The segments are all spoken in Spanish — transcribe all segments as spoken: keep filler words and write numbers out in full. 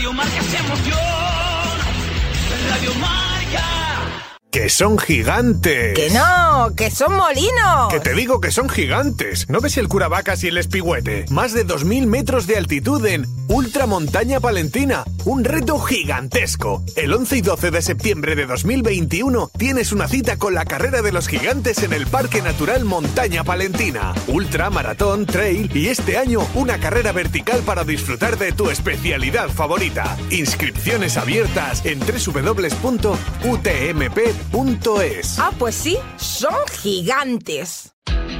Radio Marca se emoción. Radio Marca. ¡Que son gigantes! ¡Que no! ¡Que son molinos! ¡Que te digo que son gigantes! ¿No ves el Curavacas y el Espigüete? Más de dos mil metros de altitud en Ultramontaña Palentina. Un reto gigantesco. El once y doce de septiembre de dos mil veintiuno tienes una cita con la carrera de los gigantes en el Parque Natural Montaña Palentina. Ultra, maratón, trail y este año una carrera vertical para disfrutar de tu especialidad favorita. Inscripciones abiertas en doble u doble u doble u punto u t m p punto es. Ah, pues sí, son gigantes.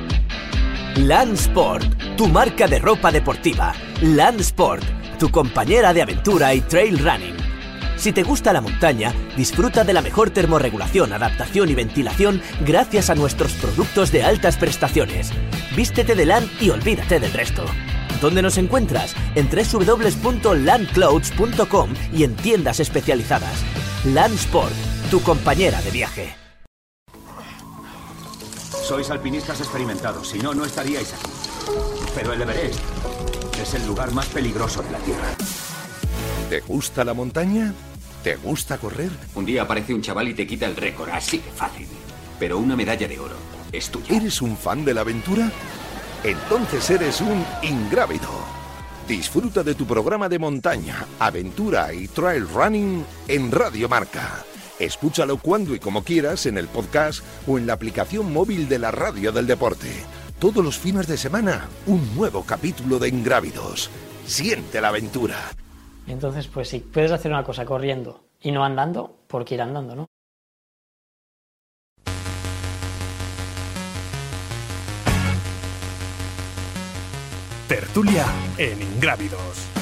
Landsport, tu marca de ropa deportiva. Landsport, tu compañera de aventura y trail running. Si te gusta la montaña, disfruta de la mejor termorregulación, adaptación y ventilación gracias a nuestros productos de altas prestaciones. Vístete de Land y olvídate del resto. ¿Dónde nos encuentras? En doble u doble u doble u punto landclothes punto com y en tiendas especializadas. Landsport, tu compañera de viaje. Sois alpinistas experimentados, si no, no estaríais aquí. Pero el Everest es el lugar más peligroso de la Tierra. ¿Te gusta la montaña? ¿Te gusta correr? Un día aparece un chaval y te quita el récord, así de fácil. Pero una medalla de oro es tuya. ¿Eres un fan de la aventura? Entonces eres un ingrávido. Disfruta de tu programa de montaña, aventura y trail running en Radio Marca. Escúchalo cuando y como quieras en el podcast o en la aplicación móvil de la Radio del Deporte. Todos los fines de semana, un nuevo capítulo de Ingrávidos. Siente la aventura. Entonces, pues si puedes hacer una cosa corriendo y no andando, ¿por qué ir andando, no? Tertulia en Ingrávidos.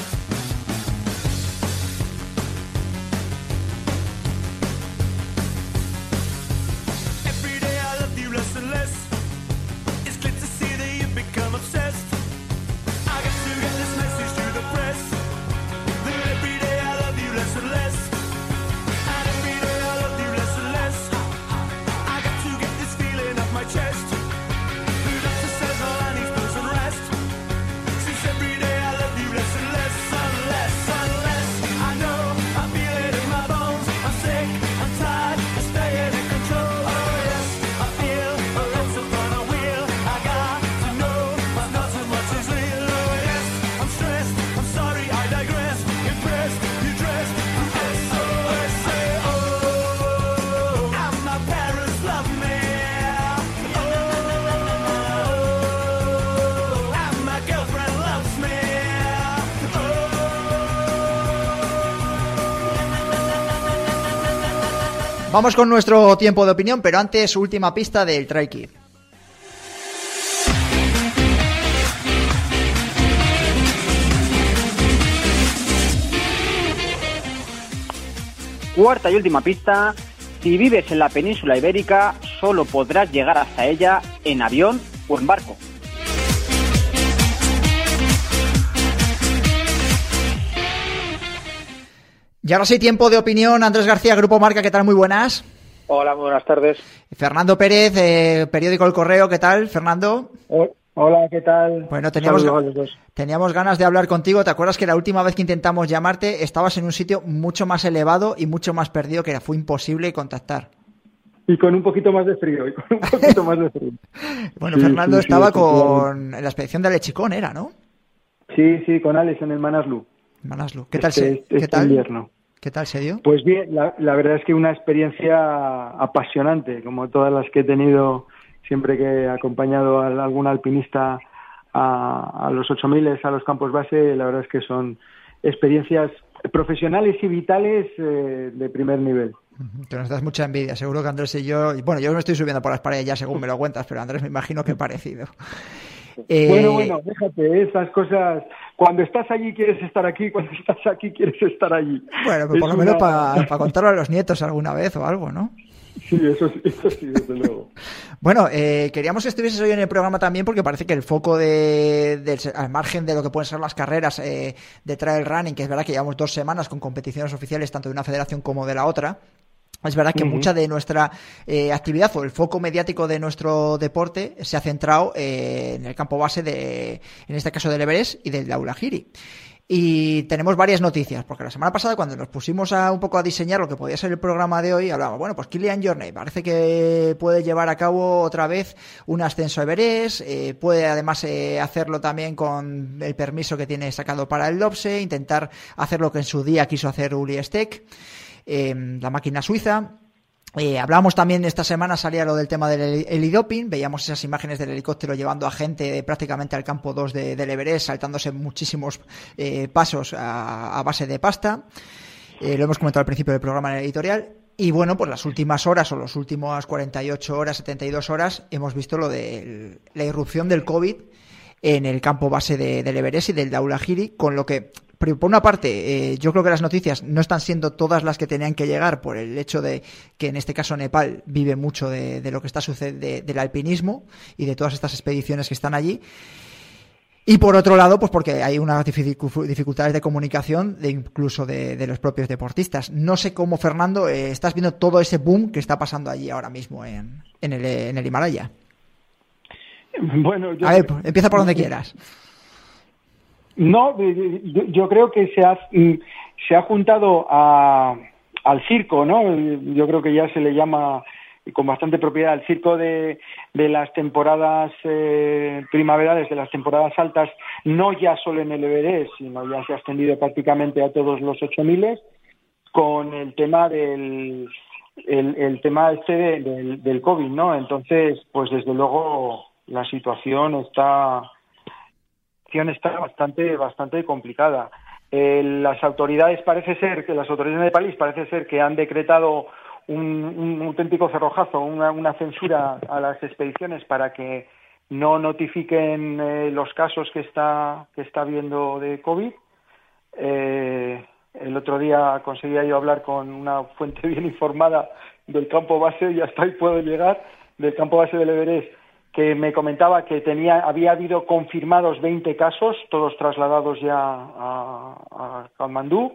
Vamos con nuestro tiempo de opinión, pero antes, última pista del Trail Kid. Cuarta y última pista. Si vives en la península ibérica, solo podrás llegar hasta ella en avión o en barco. Y ahora sí, tiempo de opinión. Andrés García, Grupo Marca, ¿qué tal? Muy buenas. Hola, muy buenas tardes. Fernando Pérez, eh, periódico El Correo, ¿qué tal, Fernando? Hola, ¿qué tal? Bueno, teníamos, teníamos ganas de hablar contigo. ¿Te acuerdas que la última vez que intentamos llamarte estabas en un sitio mucho más elevado y mucho más perdido, que fue imposible contactar? Y con un poquito más de frío, y con un poquito más de frío. Bueno, sí, Fernando sí, estaba sí, con en la expedición de Lechicón, ¿era, no? Sí, sí, con Alex en el Manaslu. Manaslu. ¿Qué tal este, se, este ¿qué tal? invierno. ¿Qué tal se dio? Pues bien, la, la verdad es que una experiencia apasionante, como todas las que he tenido siempre que he acompañado a algún alpinista a, a los ocho miles, a los campos base. La verdad es que son experiencias profesionales y vitales eh, de primer nivel. Te nos das mucha envidia, seguro que Andrés y yo, y bueno, yo me estoy subiendo por las paredes ya según me lo cuentas, pero Andrés me imagino que parecido. Eh... Bueno, bueno, déjate, esas cosas, cuando estás allí quieres estar aquí, cuando estás aquí quieres estar allí. Bueno, pues por lo una... menos para pa contarlo a los nietos alguna vez o algo, ¿no? Sí, eso sí, eso sí, desde luego. Bueno, eh, queríamos que estuvieses hoy en el programa también porque parece que el foco de, de al margen de lo que pueden ser las carreras eh, de trail running, que es verdad que llevamos dos semanas con competiciones oficiales tanto de una federación como de la otra. Es verdad que uh-huh. mucha de nuestra eh, actividad o el foco mediático de nuestro deporte se ha centrado eh, en el campo base de, en este caso del Everest y del Dhaulagiri. Y tenemos varias noticias, porque la semana pasada cuando nos pusimos a un poco a diseñar lo que podía ser el programa de hoy, hablábamos, bueno, pues Kilian Jornet parece que puede llevar a cabo otra vez un ascenso a Everest, eh, puede además eh, hacerlo también con el permiso que tiene sacado para el LOPSE, intentar hacer lo que en su día quiso hacer Uli Steck, eh, la máquina suiza. Eh, hablábamos también esta semana, salía lo del tema del helidoping, veíamos esas imágenes del helicóptero llevando a gente prácticamente al campo dos de, del Everest, saltándose muchísimos eh, pasos a, a base de pasta. Eh, lo hemos comentado al principio del programa en el editorial. Y bueno, pues las últimas horas o las últimas cuarenta y ocho horas, setenta y dos horas, hemos visto lo de la irrupción del COVID en el campo base de, del Everest y del Dhaulagiri, con lo que, por una parte, eh, yo creo que las noticias no están siendo todas las que tenían que llegar por el hecho de que en este caso Nepal vive mucho de, de lo que está sucediendo de, del alpinismo y de todas estas expediciones que están allí. Y por otro lado, pues porque hay unas dificultades de comunicación de incluso de, de los propios deportistas. No sé cómo, Fernando, eh, estás viendo todo ese boom que está pasando allí ahora mismo en, en, el, en el Himalaya. Bueno, yo... A ver, empieza por donde quieras. No, yo, yo creo que se ha, se ha juntado a, al circo, ¿no? Yo creo que ya se le llama con bastante propiedad el circo de, de las temporadas eh, primaverales, de las temporadas altas, no ya solo en el Everest, sino ya se ha extendido prácticamente a todos los ocho miles, con el tema del el, el tema este de, del, del COVID, ¿no? Entonces, pues desde luego la situación está está bastante bastante complicada. Eh, las autoridades parece ser que las autoridades de París parece ser que han decretado un, un auténtico cerrojazo, una, una censura a las expediciones para que no notifiquen eh, los casos que está que está habiendo de COVID. Eh, el otro día conseguía yo hablar con una fuente bien informada del campo base, y hasta ahí puedo llegar, del campo base del Everest, que me comentaba que tenía había habido confirmados veinte casos, todos trasladados ya a, a Katmandú,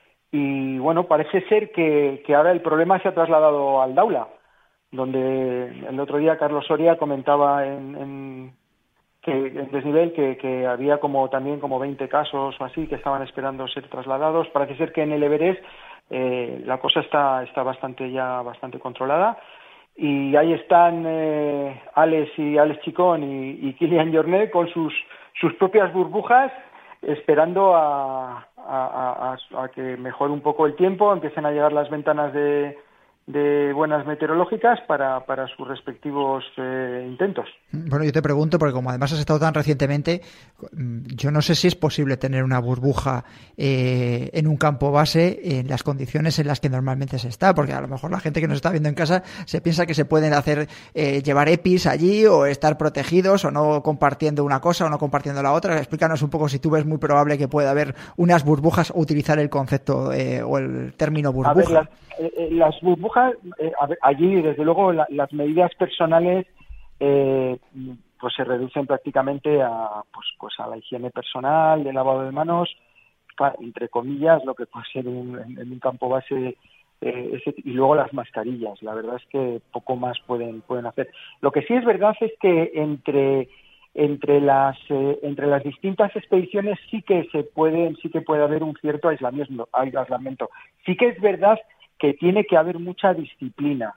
y bueno, parece ser que, que ahora el problema se ha trasladado al Daula, donde el otro día Carlos Soria comentaba en, en, que, en desnivel que, que había como también como veinte casos o así que estaban esperando ser trasladados. Parece ser que en el Everest eh, la cosa está, está bastante ya bastante controlada. Y ahí están eh, Alex y Alex Chicón y, y Kilian Jornet con sus sus propias burbujas, esperando a, a, a, a que mejore un poco el tiempo, empiecen a llegar las ventanas de, de buenas meteorológicas para, para sus respectivos eh, intentos. Bueno, yo te pregunto, porque como además has estado tan recientemente, yo no sé si es posible tener una burbuja eh, en un campo base en las condiciones en las que normalmente se está, porque a lo mejor la gente que nos está viendo en casa se piensa que se pueden hacer eh, llevar EPIs allí o estar protegidos o no compartiendo una cosa o no compartiendo la otra. Explícanos un poco si tú ves muy probable que pueda haber unas burbujas o utilizar el concepto eh, o el término burbuja. A ver, las, eh, las burbujas, eh, a ver, allí desde luego la, las medidas personales Eh, pues se reducen prácticamente a pues pues a la higiene personal, de lavado de manos, entre comillas, lo que puede ser un, en, en un campo base, eh, ese, y luego las mascarillas. La verdad es que poco más pueden pueden hacer. Lo que sí es verdad es que entre entre las eh, entre las distintas expediciones sí que se pueden sí que puede haber un cierto aislamiento, aislamiento. Sí que es verdad que tiene que haber mucha disciplina.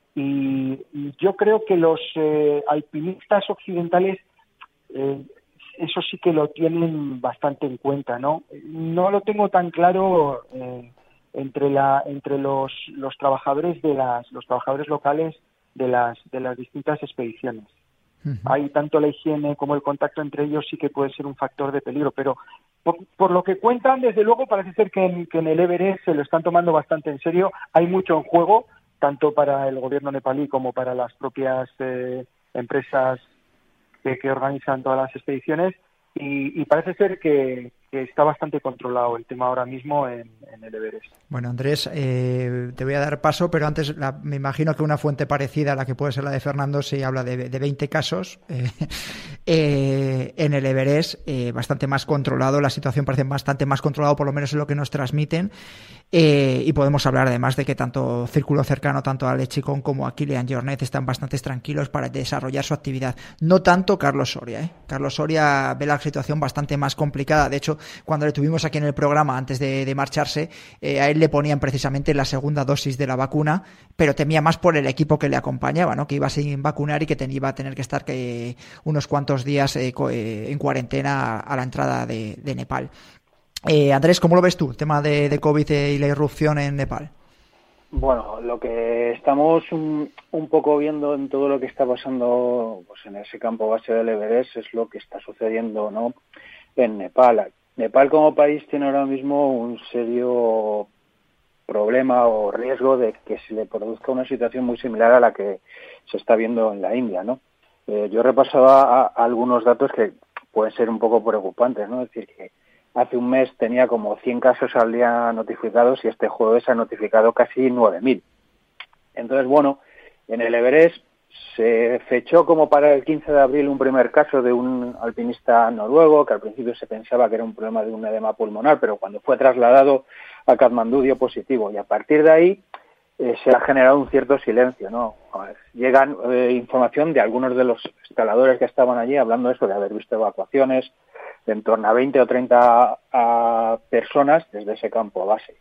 Y yo creo que los eh, alpinistas occidentales eh, eso sí que lo tienen bastante en cuenta, ¿no? No lo tengo tan claro eh, entre la entre los los trabajadores de las los trabajadores locales de las de las distintas expediciones. Uh-huh. Hay tanto la higiene como el contacto entre ellos sí que puede ser un factor de peligro, pero por, por lo que cuentan, desde luego parece ser que en, que en el Everest se lo están tomando bastante en serio. Hay mucho en juego, tanto para el gobierno nepalí como para las propias eh, empresas que, que organizan todas las expediciones, y, y parece ser que, que está bastante controlado el tema ahora mismo en, en el Everest. Bueno, Andrés, eh, te voy a dar paso, pero antes la, me imagino que una fuente parecida a la que puede ser la de Fernando se habla de, de veinte casos eh, eh, en el Everest, eh, bastante más controlado, la situación parece bastante más controlada, por lo menos es lo que nos transmiten, eh, y podemos hablar además de que tanto Círculo Cercano, tanto a Alex Chicón como a Kilian Jornet están bastante tranquilos para desarrollar su actividad. No tanto Carlos Soria, ¿eh? Carlos Soria ve la situación bastante más complicada, de hecho cuando le tuvimos aquí en el programa antes de, de marcharse, eh, a él le ponían precisamente la segunda dosis de la vacuna, pero temía más por el equipo que le acompañaba, ¿no? Que iba sin vacunar y que ten, iba a tener que estar que, unos cuantos días eh, co, eh, en cuarentena a la entrada de, de Nepal. Eh, Andrés, ¿cómo lo ves tú, el tema de, de COVID y la irrupción en Nepal? Bueno, lo que estamos un, un poco viendo en todo lo que está pasando pues en ese campo base del Everest es lo que está sucediendo, ¿no?, en Nepal. Nepal como país tiene ahora mismo un serio problema o riesgo de que se le produzca una situación muy similar a la que se está viendo en la India, ¿no? Eh, yo repasaba a, a algunos datos que pueden ser un poco preocupantes, ¿no? Es decir, que hace un mes tenía como cien casos al día notificados y este jueves ha notificado casi nueve mil. Entonces, bueno, en el Everest se fechó como para el quince de abril un primer caso de un alpinista noruego que al principio se pensaba que era un problema de un edema pulmonar, pero cuando fue trasladado a Katmandú dio positivo y a partir de ahí eh, se ha generado un cierto silencio, ¿no? Llegan eh, información de algunos de los escaladores que estaban allí hablando de eso, de haber visto evacuaciones de en torno a veinte o treinta a personas desde ese campo base.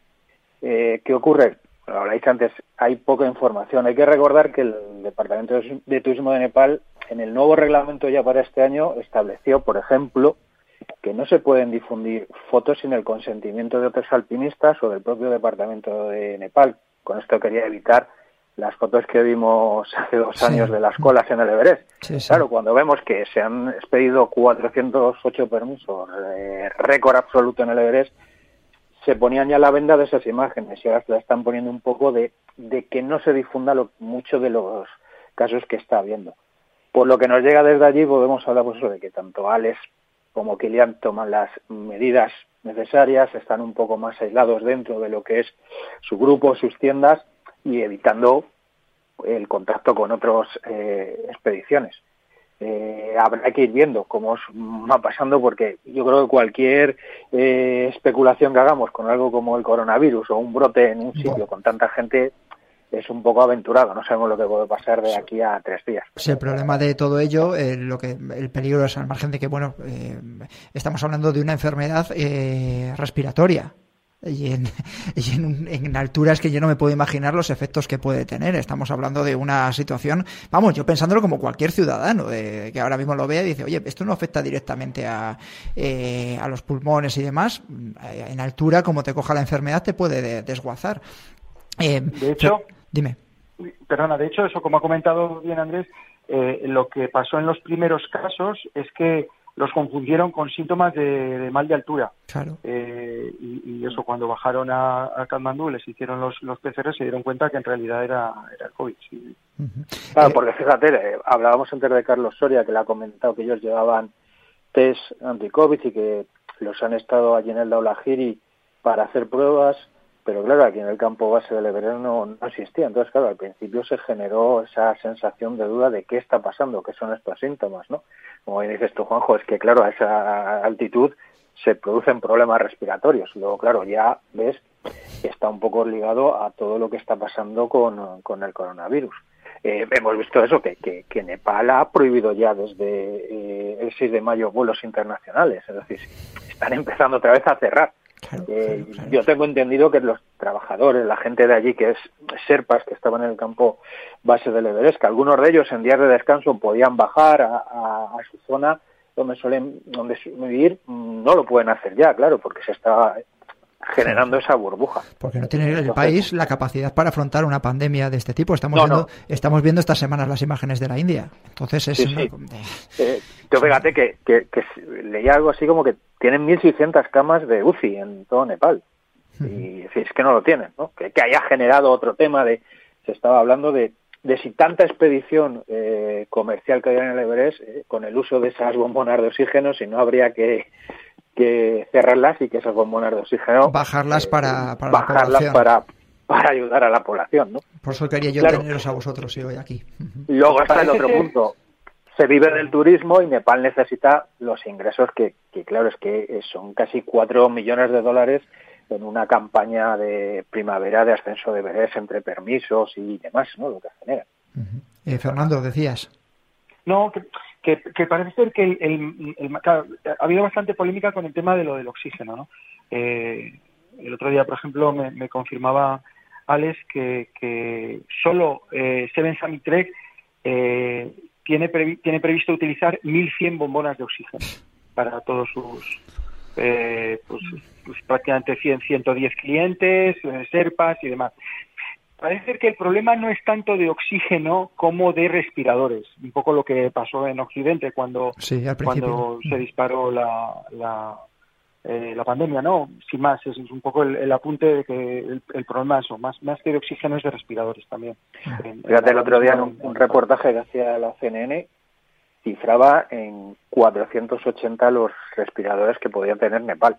Eh, ¿Qué ocurre? Lo habláis antes, hay poca información. Hay que recordar que el Departamento de Turismo de Nepal, en el nuevo reglamento ya para este año, estableció, por ejemplo, que no se pueden difundir fotos sin el consentimiento de otros alpinistas o del propio Departamento de Nepal. Con esto quería evitar las fotos que vimos hace dos sí. años de las colas en el Everest. Sí, sí. Claro, cuando vemos que se han expedido cuatrocientos ocho permisos, eh, récord absoluto en el Everest, se ponían ya la venda de esas imágenes y ahora se la están poniendo un poco de, de que no se difunda lo, mucho de los casos que está habiendo. Por lo que nos llega desde allí podemos hablar pues, de que tanto Alex como Kilian toman las medidas necesarias, están un poco más aislados dentro de lo que es su grupo, sus tiendas, y evitando el contacto con otras eh, expediciones. Eh, habrá que ir viendo cómo va pasando porque yo creo que cualquier eh, especulación que hagamos con algo como el coronavirus o un brote en un sitio con tanta gente es un poco aventurado, no sabemos lo que puede pasar de aquí a tres días. Sí, el problema de todo ello, eh, lo que el peligro es al margen de que, bueno, eh, estamos hablando de una enfermedad eh, respiratoria. Y, en, y en, en alturas que yo no me puedo imaginar los efectos que puede tener. Estamos hablando de una situación, vamos, yo pensándolo como cualquier ciudadano de, que ahora mismo lo vea y dice, oye, esto no afecta directamente a, eh, a los pulmones y demás. En altura, como te coja la enfermedad, te puede de, desguazar. Eh, de hecho, pero, dime. Perdona, de hecho, eso como ha comentado bien Andrés, eh, lo que pasó en los primeros casos es que los confundieron con síntomas de, de mal de altura. Claro. Eh, y, y eso, cuando bajaron a, a Katmandú, les hicieron los, los P C R, se dieron cuenta que en realidad era, era el COVID. Sí. Uh-huh. Claro, porque fíjate, eh, hablábamos antes de Carlos Soria, que le ha comentado que ellos llevaban test anti-COVID y que los han estado allí en el Dhaulagiri para hacer pruebas, pero claro, aquí en el campo base del Everest no, no existía. Entonces, claro, al principio se generó esa sensación de duda de qué está pasando, qué son estos síntomas, ¿no? Como bien dices tú, Juanjo, es que, claro, a esa altitud se producen problemas respiratorios. Luego, claro, ya ves que está un poco ligado a todo lo que está pasando con, con el coronavirus. Eh, hemos visto eso, que, que, que Nepal ha prohibido ya desde eh, el seis de mayo vuelos internacionales. Es decir, están empezando otra vez a cerrar. Claro, eh, claro, claro. Yo tengo entendido que los trabajadores, la gente de allí, que es Sherpas, que estaban en el campo base del Everest, que algunos de ellos en días de descanso podían bajar a, a, a su zona donde suelen donde vivir, no lo pueden hacer ya, claro, porque se está generando esa burbuja. Porque no tiene el Entonces, país la capacidad para afrontar una pandemia de este tipo. Estamos no, viendo, no. estamos viendo estas semanas las imágenes de la India. Entonces es sí, una... sí. Eh, yo fíjate que, que, que leía algo así como que tienen mil seiscientas camas de U C I en todo Nepal. Uh-huh. Y sí, es que no lo tienen, ¿no? Que, que haya generado otro tema de... Se estaba hablando de, de si tanta expedición eh, comercial que hay en el Everest, eh, con el uso de esas bombonas de oxígeno, si no habría que... que cerrarlas y que esas bombonas de oxígeno bajarlas para, para bajarlas la para, para ayudar a la población, ¿no? Por eso quería yo claro. teneros a vosotros y hoy aquí. Y luego está el otro punto. Se vive del turismo y Nepal necesita los ingresos que, que claro, es que son casi cuatro millones de dólares en una campaña de primavera de ascenso de Everest entre permisos y demás, ¿no? Lo que genera. Uh-huh. Eh, Fernando, decías. No, que, que, que parece ser que el, el, el, claro, ha habido bastante polémica con el tema de lo del oxígeno, ¿no? Eh, el otro día, por ejemplo, me, me confirmaba Alex que, que solo eh, Seven Summit Trek eh, tiene, previ, tiene previsto utilizar mil cien bombonas de oxígeno para todos sus eh, pues, pues prácticamente cien, ciento diez clientes, serpas y demás. Parece ser que el problema no es tanto de oxígeno como de respiradores, un poco lo que pasó en Occidente cuando, sí, cuando se disparó la, la, eh, la pandemia, ¿no? Sin más, es, es un poco el, el apunte de que el, el problema es eso, más, más que de oxígeno es de respiradores también. En, Fíjate, el otro día en un, un reportaje que hacía la C N N cifraba en cuatrocientos ochenta los respiradores que podía tener Nepal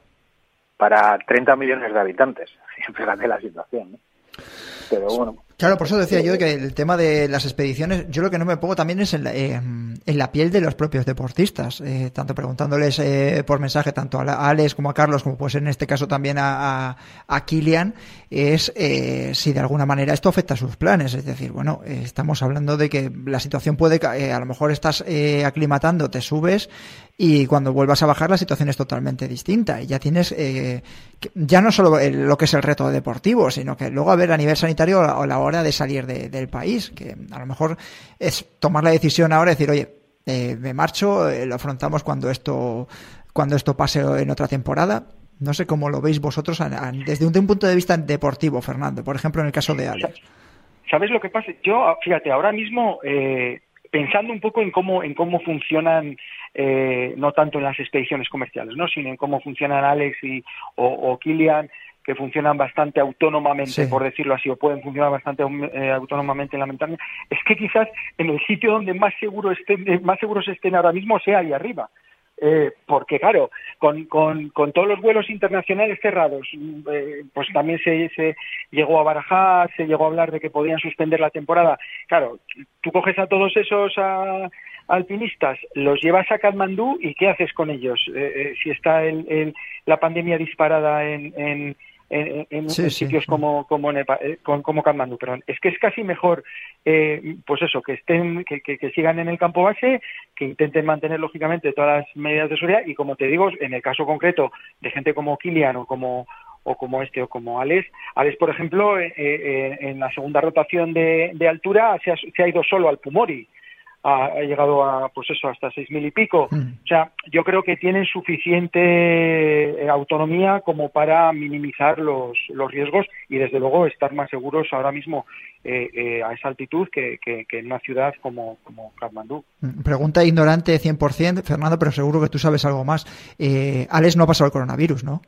para treinta millones de habitantes. Fíjate la situación, ¿no? Pero bueno. Claro, por eso decía yo que el tema de las expediciones, yo lo que no me pongo también es en la, eh, en la piel de los propios deportistas, eh, tanto preguntándoles eh, por mensaje tanto a Alex como a Carlos, como pues en este caso también a, a, a Kilian, es eh, si de alguna manera esto afecta a sus planes, es decir, bueno, eh, estamos hablando de que la situación puede, eh, a lo mejor estás eh, aclimatando, te subes y cuando vuelvas a bajar la situación es totalmente distinta y ya tienes, eh, ya no solo el, lo que es el reto deportivo, sino que luego a ver a nivel sanitario a la hora de salir de, del país, que a lo mejor es tomar la decisión ahora y decir, oye, eh, me marcho, eh, lo afrontamos cuando esto cuando esto pase en otra temporada. No sé cómo lo veis vosotros a, a, desde un, de un punto de vista deportivo, Fernando, por ejemplo en el caso de Alex. ¿Sabes lo que pasa? Yo, fíjate, ahora mismo eh, pensando un poco en cómo en cómo funcionan, eh, no tanto en las expediciones comerciales, no, sino en cómo funcionan Alex y o, o Kilian, que funcionan bastante autónomamente, sí, por decirlo así, o pueden funcionar bastante eh, autónomamente en la montaña, es que quizás en el sitio donde más seguro estén, más seguros estén ahora mismo sea ahí arriba. Eh, porque claro, con, con, con todos los vuelos internacionales cerrados, eh, pues también se, se llegó a barajar, se llegó a hablar de que podían suspender la temporada. Claro, tú coges a todos esos a, alpinistas, los llevas a Katmandú y ¿qué haces con ellos? Eh, eh, si está el, el, la pandemia disparada en, en en, en, sí, en sí, sitios sí. como como Nepal, eh, como Katmandú, perdón. Es que es casi mejor, eh, pues eso, que estén, que, que, que sigan en el campo base, que intenten mantener lógicamente todas las medidas de seguridad y como te digo, en el caso concreto de gente como Kilian o como o como este o como Alex, Alex por ejemplo, eh, eh, en la segunda rotación de, de altura se ha, se ha ido solo al Pumori. Ha, ha llegado a, pues eso, hasta seis mil y pico. Mm. O sea, yo creo que tienen suficiente eh, autonomía como para minimizar los, los riesgos y, desde luego, estar más seguros ahora mismo eh, eh, a esa altitud que, que, que en una ciudad como, como Katmandú. Pregunta ignorante cien por ciento, Fernando, pero seguro que tú sabes algo más. Eh, Alex no ha pasado el coronavirus, ¿no?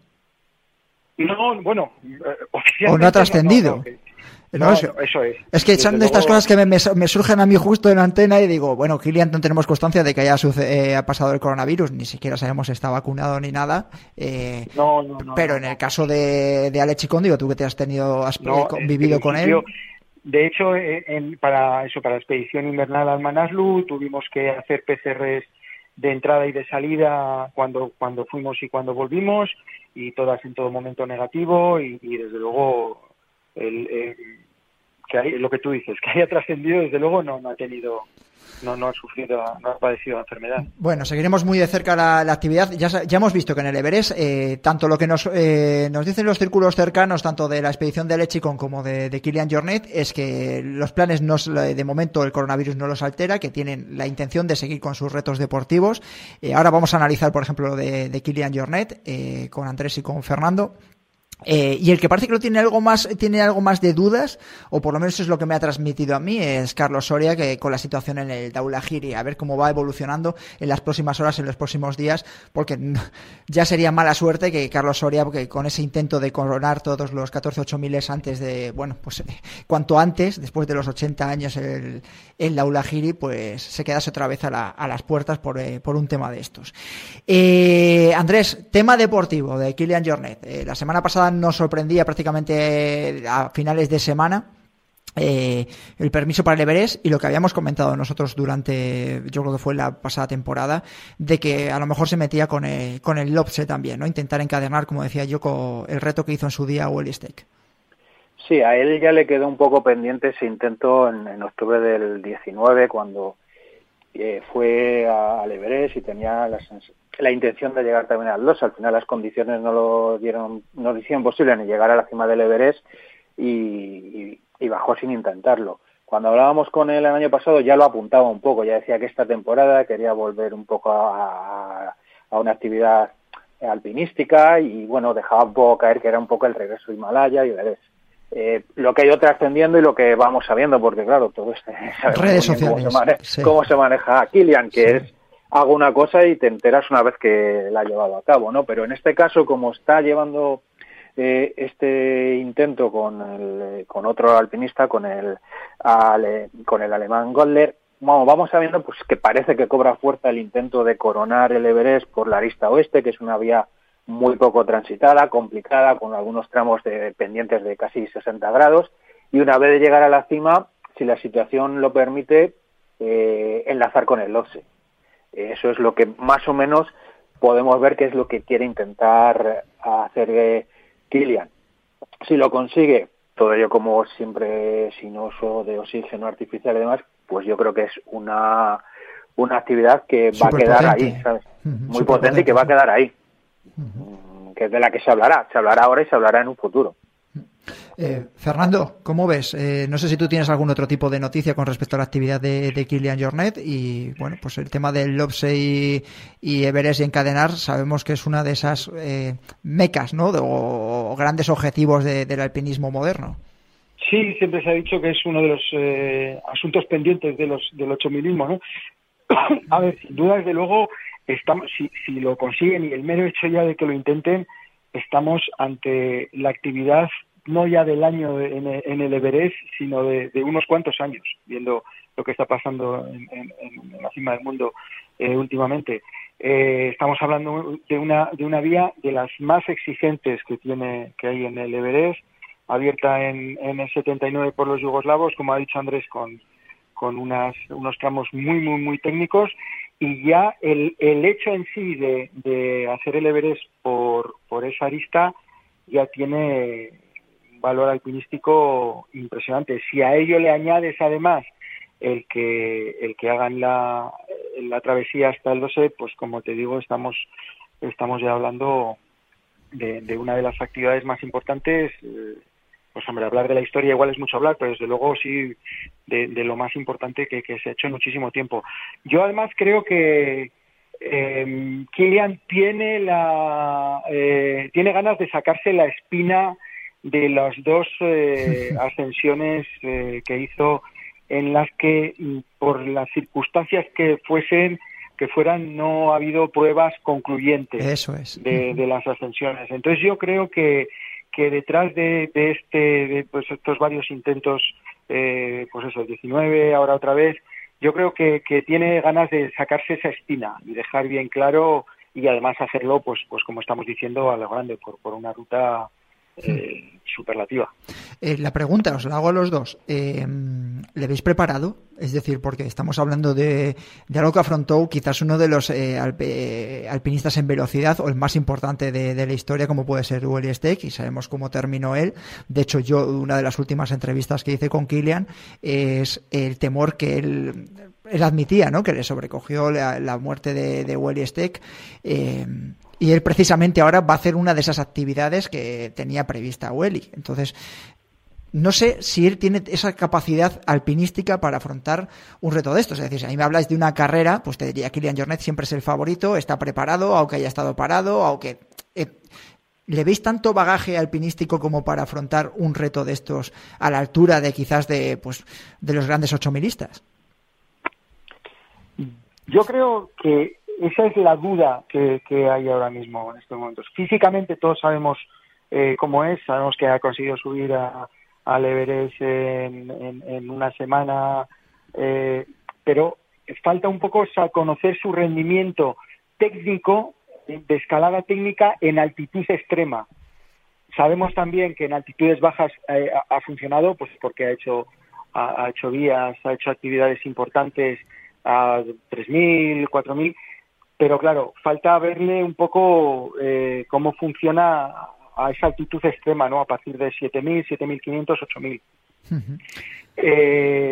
No, bueno, eh, oficialmente ¿O no ha trascendido? No, no, no, No, no, es, no, eso es. Es que son de estas cosas que me, me, me surgen a mí justo en antena y digo, bueno, Kilian no tenemos constancia de que haya eh, ha pasado el coronavirus, ni siquiera sabemos si está vacunado ni nada. Eh, no, no, no. Pero no, en el no. caso de, de Alex Chicón, digo, tú que te has tenido, has no, eh, vivido con él. De hecho, en, para eso, para la expedición invernal al Manaslu, tuvimos que hacer P C Rs de entrada y de salida cuando cuando fuimos y cuando volvimos, y todas en todo momento negativo, y, y desde luego el, el que hay, lo que tú dices, que haya trascendido, desde luego no, no ha tenido, no, no ha sufrido, no ha padecido la enfermedad. Bueno, seguiremos muy de cerca la, la actividad. Ya, ya hemos visto que en el Everest, eh, tanto lo que nos, eh, nos dicen los círculos cercanos, tanto de la expedición de Lechicon como de, de Kilian Jornet, es que los planes, no, de momento el coronavirus no los altera, que tienen la intención de seguir con sus retos deportivos. Eh, ahora vamos a analizar, por ejemplo, lo de, de Kilian Jornet, eh, con Andrés y con Fernando. Eh, y el que parece que lo tiene algo más tiene algo más de dudas, o por lo menos es lo que me ha transmitido a mí, es Carlos Soria, que con la situación en el Daulagiri, a ver cómo va evolucionando en las próximas horas, en los próximos días, porque ya sería mala suerte que Carlos Soria, porque con ese intento de coronar todos los catorce ocho miles antes de, bueno, pues cuanto antes, después de los ochenta años el, el Daulagiri, pues se quedase otra vez a, la, a las puertas por, eh, por un tema de estos. Eh, Andrés, tema deportivo de Kilian Jornet. Eh, la semana pasada nos sorprendía prácticamente a finales de semana eh, el permiso para el Everest, y lo que habíamos comentado nosotros durante, yo creo que fue la pasada temporada, de que a lo mejor se metía con el, con el Lhotse también, ¿no? Intentar encadenar, como decía yo, con el reto que hizo en su día Willy Steck. Sí, a él ya le quedó un poco pendiente ese intento en, en octubre del diecinueve, cuando eh, fue a, al Everest y tenía la, la intención de llegar también al dos. Al final las condiciones no lo dieron, no lo hicieron posible ni llegar a la cima del Everest y, y, y bajó sin intentarlo. Cuando hablábamos con él el año pasado ya lo apuntaba un poco, ya decía que esta temporada quería volver un poco a, a una actividad alpinística y bueno, dejaba un poco caer que era un poco el regreso a Himalaya y Everest. Eh, lo que ha ido trascendiendo y lo que vamos sabiendo, porque claro, todo esto redes sociales, cómo se maneja, sí. cómo se maneja Kilian, que sí. es hago una cosa y te enteras una vez que la ha llevado a cabo, ¿no? Pero en este caso, como está llevando eh, este intento con el, con otro alpinista, con el ale, con el alemán Goldler, vamos, vamos sabiendo pues que parece que cobra fuerza el intento de coronar el Everest por la arista oeste, que es una vía muy poco transitada, complicada, con algunos tramos de pendientes de casi sesenta grados, y una vez de llegar a la cima, si la situación lo permite, eh, enlazar con el Lhotse. Eso es lo que más o menos podemos ver que es lo que quiere intentar hacer eh, Kilian. Si lo consigue, todo ello como siempre sin uso de oxígeno artificial y demás, pues yo creo que es una, una actividad que va a quedar ahí, ¿sabes? Uh-huh, muy potente y que va a quedar ahí. Uh-huh. Que es de la que se hablará, se hablará ahora y se hablará en un futuro. Eh, Fernando, ¿cómo ves? Eh, no sé si tú tienes algún otro tipo de noticia con respecto a la actividad de, de Kilian Jornet y bueno, pues el tema del Lhotse y, y Everest y encadenar, sabemos que es una de esas eh, mecas, ¿no? De, o, o grandes objetivos de, del alpinismo moderno. Sí, siempre se ha dicho que es uno de los eh, asuntos pendientes de los del ochomilismo, ¿no? A ver, sin duda, desde luego, estamos, si, si lo consiguen y el mero hecho ya de que lo intenten, estamos ante la actividad no ya del año en, en el Everest, sino de, de unos cuantos años, viendo lo que está pasando en, en, en la cima del mundo eh, últimamente. Eh, estamos hablando de una de una vía de las más exigentes que tiene que hay en el Everest, abierta en, en el setenta y nueve por los yugoslavos, como ha dicho Andrés, con, con unas, unos tramos muy, muy, muy técnicos, y ya el, el hecho en sí de, de hacer el Everest por, por esa arista ya tiene valor alpinístico impresionante. Si a ello le añades además el que el que hagan la, la travesía hasta el Lhotse, pues como te digo, estamos estamos ya hablando de, de una de las actividades más importantes. Pues hombre, hablar de la historia igual es mucho hablar, pero desde luego sí de, de lo más importante que, que se ha hecho en muchísimo tiempo. Yo además creo que eh, Kilian tiene la eh, tiene ganas de sacarse la espina de las dos eh, ascensiones eh, que hizo, en las que por las circunstancias que fuesen que fueran no ha habido pruebas concluyentes. Eso es. de, de las ascensiones. Entonces yo creo que que detrás de, de este de pues estos varios intentos, eh, pues eso, el diecinueve, ahora otra vez, yo creo que, que tiene ganas de sacarse esa espina y dejar bien claro, y además hacerlo pues pues como estamos diciendo, a lo grande, por, por una ruta Eh, superlativa. Eh, la pregunta os la hago a los dos. Eh, ¿Le habéis preparado? Es decir, porque estamos hablando de, de algo que afrontó quizás uno de los eh, alpe, alpinistas en velocidad o el más importante de, de la historia, como puede ser Willy Steig, y sabemos cómo terminó él. De hecho, yo, una de las últimas entrevistas que hice con Kilian es el temor que él, él admitía, ¿no? Que le sobrecogió la, la muerte de, de Willy Steig. Eh, Y él precisamente ahora va a hacer una de esas actividades que tenía prevista Willy. Entonces, no sé si él tiene esa capacidad alpinística para afrontar un reto de estos. Es decir, si a mí me habláis de una carrera, pues te diría Kilian Jornet siempre es el favorito, está preparado, aunque haya estado parado, aunque... Eh, ¿Le veis tanto bagaje alpinístico como para afrontar un reto de estos a la altura de quizás de, pues, de los grandes ochomilistas? Yo creo que esa es la duda que, que hay ahora mismo en estos momentos. Físicamente todos sabemos eh, cómo es, sabemos que ha conseguido subir a, al Everest en, en, en una semana, eh, pero falta un poco conocer su rendimiento técnico, de escalada técnica en altitud extrema. Sabemos también que en altitudes bajas eh, ha, ha funcionado, pues porque ha hecho, ha, ha hecho vías, ha hecho actividades importantes a tres mil, cuatro mil, pero claro, falta verle un poco eh, cómo funciona a esa altitud extrema, ¿no? A partir de siete mil, siete mil quinientos, ocho mil. Uh-huh. Eh,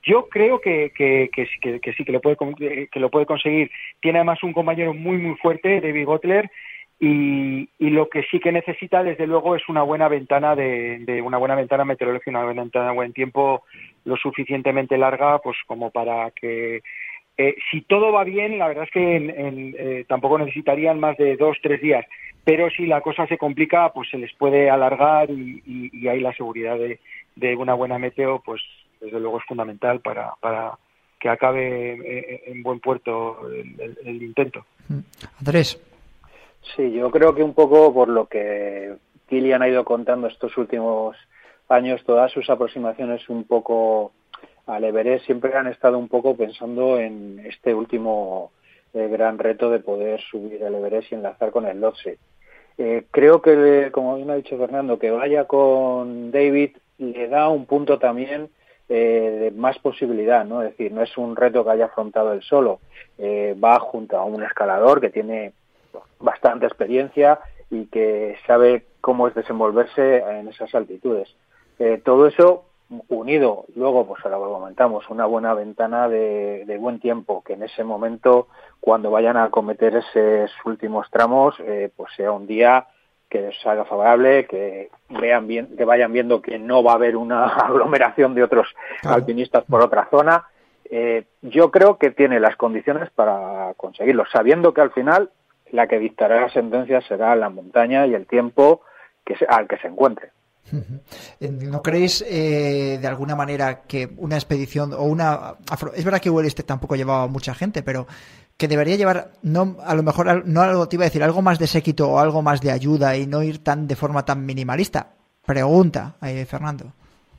Yo creo que, que, que, que, que sí, que lo, puede, que lo puede conseguir. Tiene además un compañero muy, muy fuerte, David Gottler, y, y lo que sí que necesita, desde luego, es una buena ventana de, de una buena ventana meteorológica, una buena ventana de buen tiempo, lo suficientemente larga, pues como para que... Eh, si todo va bien, la verdad es que en, en, eh, tampoco necesitarían más de dos, tres días. Pero si la cosa se complica, pues se les puede alargar y, y, y ahí la seguridad de, de una buena meteo, pues desde luego es fundamental para, para que acabe en buen puerto el, el, el intento. Andrés. Sí, yo creo que un poco por lo que Kilian ha ido contando estos últimos años, todas sus aproximaciones un poco al Everest siempre han estado un poco pensando en este último eh, gran reto de poder subir el Everest y enlazar con el Lhotse. Eh, creo que, como bien ha dicho Fernando, que vaya con David le da un punto también eh, de más posibilidad, ¿no? Es decir, no es un reto que haya afrontado él solo, eh, va junto a un escalador que tiene bastante experiencia y que sabe cómo es desenvolverse en esas altitudes. Eh, todo eso unido, luego, pues ahora lo comentamos, una buena ventana de, de buen tiempo, que en ese momento, cuando vayan a acometer esos últimos tramos, eh, pues sea un día que les salga favorable, que vean bien, que vayan viendo que no va a haber una aglomeración de otros claro. alpinistas por otra zona. Eh, yo creo que tiene las condiciones para conseguirlo, sabiendo que al final la que dictará la sentencia será la montaña y el tiempo que se, al que se encuentre. ¿No creéis eh, de alguna manera que una expedición o una... Es verdad que Everest tampoco llevaba mucha gente, pero que debería llevar, no a lo mejor, no algo, te iba a decir, algo más de séquito o algo más de ayuda y no ir tan de forma tan minimalista? Pregunta, eh, Fernando.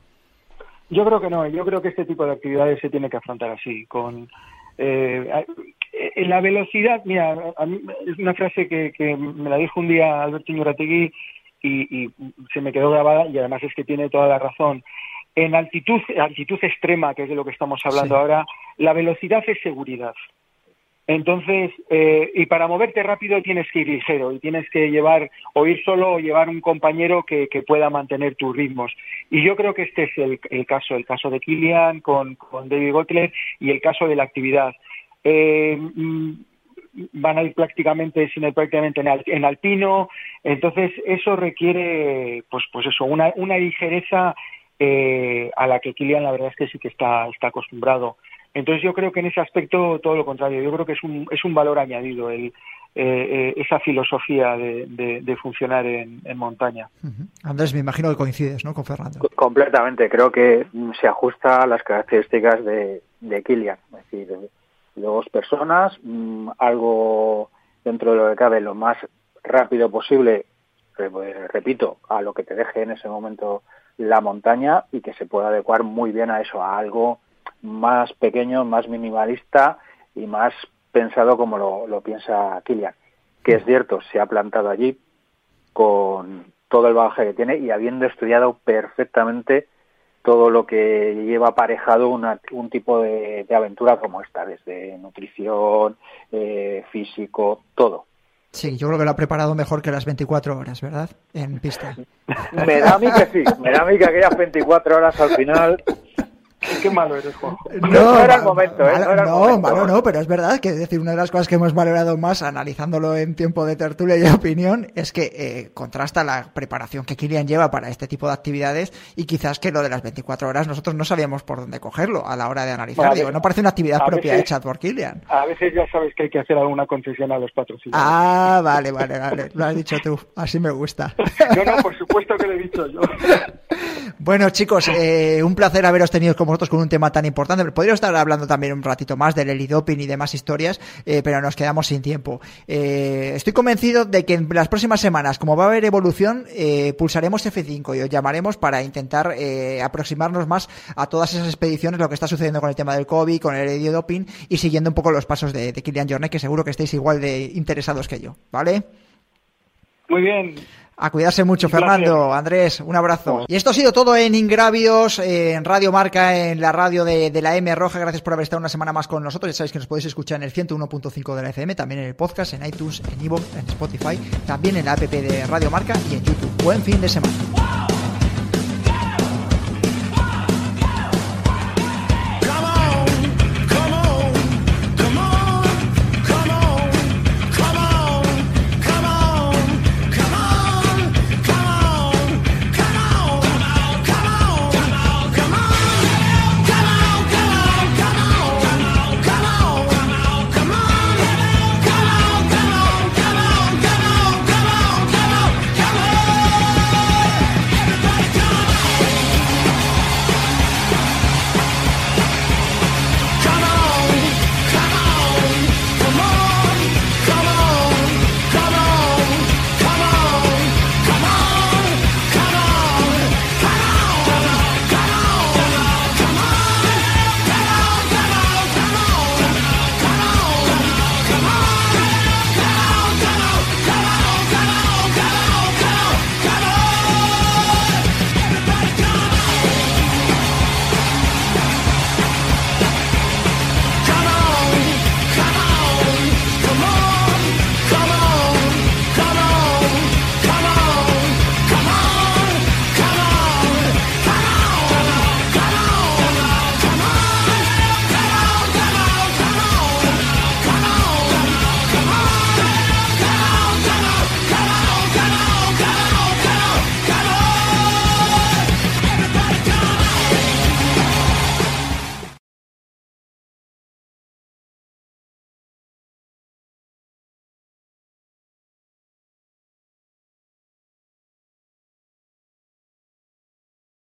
Yo creo que no, yo creo que este tipo de actividades se tiene que afrontar así, con... Eh, en la velocidad, mira, a mí es una frase que, que me la dijo un día Alberto Iñurategui y, y se me quedó grabada, y además es que tiene toda la razón. En altitud, altitud extrema, que es de lo que estamos hablando sí. ahora, la velocidad es seguridad. Entonces, eh, y para moverte rápido tienes que ir ligero y tienes que llevar, o ir solo o llevar un compañero que, que pueda mantener tus ritmos. Y yo creo que este es el, el caso, el caso de Kilian con, con David Gottler y el caso de la actividad. Eh, van a ir prácticamente sin ir prácticamente en, al, en alpino, entonces eso requiere pues pues eso una una ligereza eh, a la que Kilian la verdad es que sí que está está acostumbrado. Entonces yo creo que en ese aspecto todo lo contrario, yo creo que es un es un valor añadido el eh, eh, esa filosofía de, de, de funcionar en, en montaña. Uh-huh. Andrés, me imagino que coincides, ¿no?, con Fernando. Completamente, creo que se ajusta a las características de, de Kilian, es decir, dos personas, mmm, algo dentro de lo que cabe lo más rápido posible, eh, repito, a lo que te deje en ese momento la montaña y que se pueda adecuar muy bien a eso, a algo más pequeño, más minimalista y más pensado como lo, lo piensa Kilian, que es cierto, se ha plantado allí con todo el bagaje que tiene y habiendo estudiado perfectamente todo lo que lleva aparejado una, un tipo de, de aventura como esta, desde nutrición, eh, físico, todo. Sí, yo creo que lo ha preparado mejor que las veinticuatro horas, ¿verdad? En pista. Me da a mí que sí, me da a mí que aquellas veinticuatro horas al final... Qué malo eres, Juanjo. No, no era el momento, ¿eh? Malo, no, era el no, momento. malo no, pero es verdad que es decir, una de las cosas que hemos valorado más analizándolo en tiempo de tertulia y opinión es que eh, contrasta la preparación que Kilian lleva para este tipo de actividades y quizás que lo de las veinticuatro horas nosotros no sabíamos por dónde cogerlo a la hora de analizar. Vale. Digo, no parece una actividad propia veces, hecha por Kilian. A veces ya sabes que hay que hacer alguna concesión a los patrocinadores. Ah, vale, vale, vale. Lo has dicho tú. Así me gusta. No, no, por supuesto que lo he dicho yo. Bueno, chicos, eh, un placer haberos tenido con vosotros con un tema tan importante. Podríamos estar hablando también un ratito más del helidoping y demás historias, eh, pero nos quedamos sin tiempo. Eh, estoy convencido de que en las próximas semanas, como va a haber evolución, eh, pulsaremos F cinco y os llamaremos para intentar eh, aproximarnos más a todas esas expediciones, lo que está sucediendo con el tema del COVID, con el helidoping y siguiendo un poco los pasos de, de Kilian Jornet, que seguro que estáis igual de interesados que yo, ¿vale? Muy bien. A cuidarse mucho, Fernando, Andrés, un abrazo. Y esto ha sido todo en Ingrávidos, en Radio Marca, en la radio de, de la M Roja. Gracias por haber estado una semana más con nosotros. Ya sabéis que nos podéis escuchar en el ciento uno punto cinco de la F M, también en el podcast, en iTunes, en iVoox, en Spotify, también en la app de Radio Marca y en YouTube. Buen fin de semana.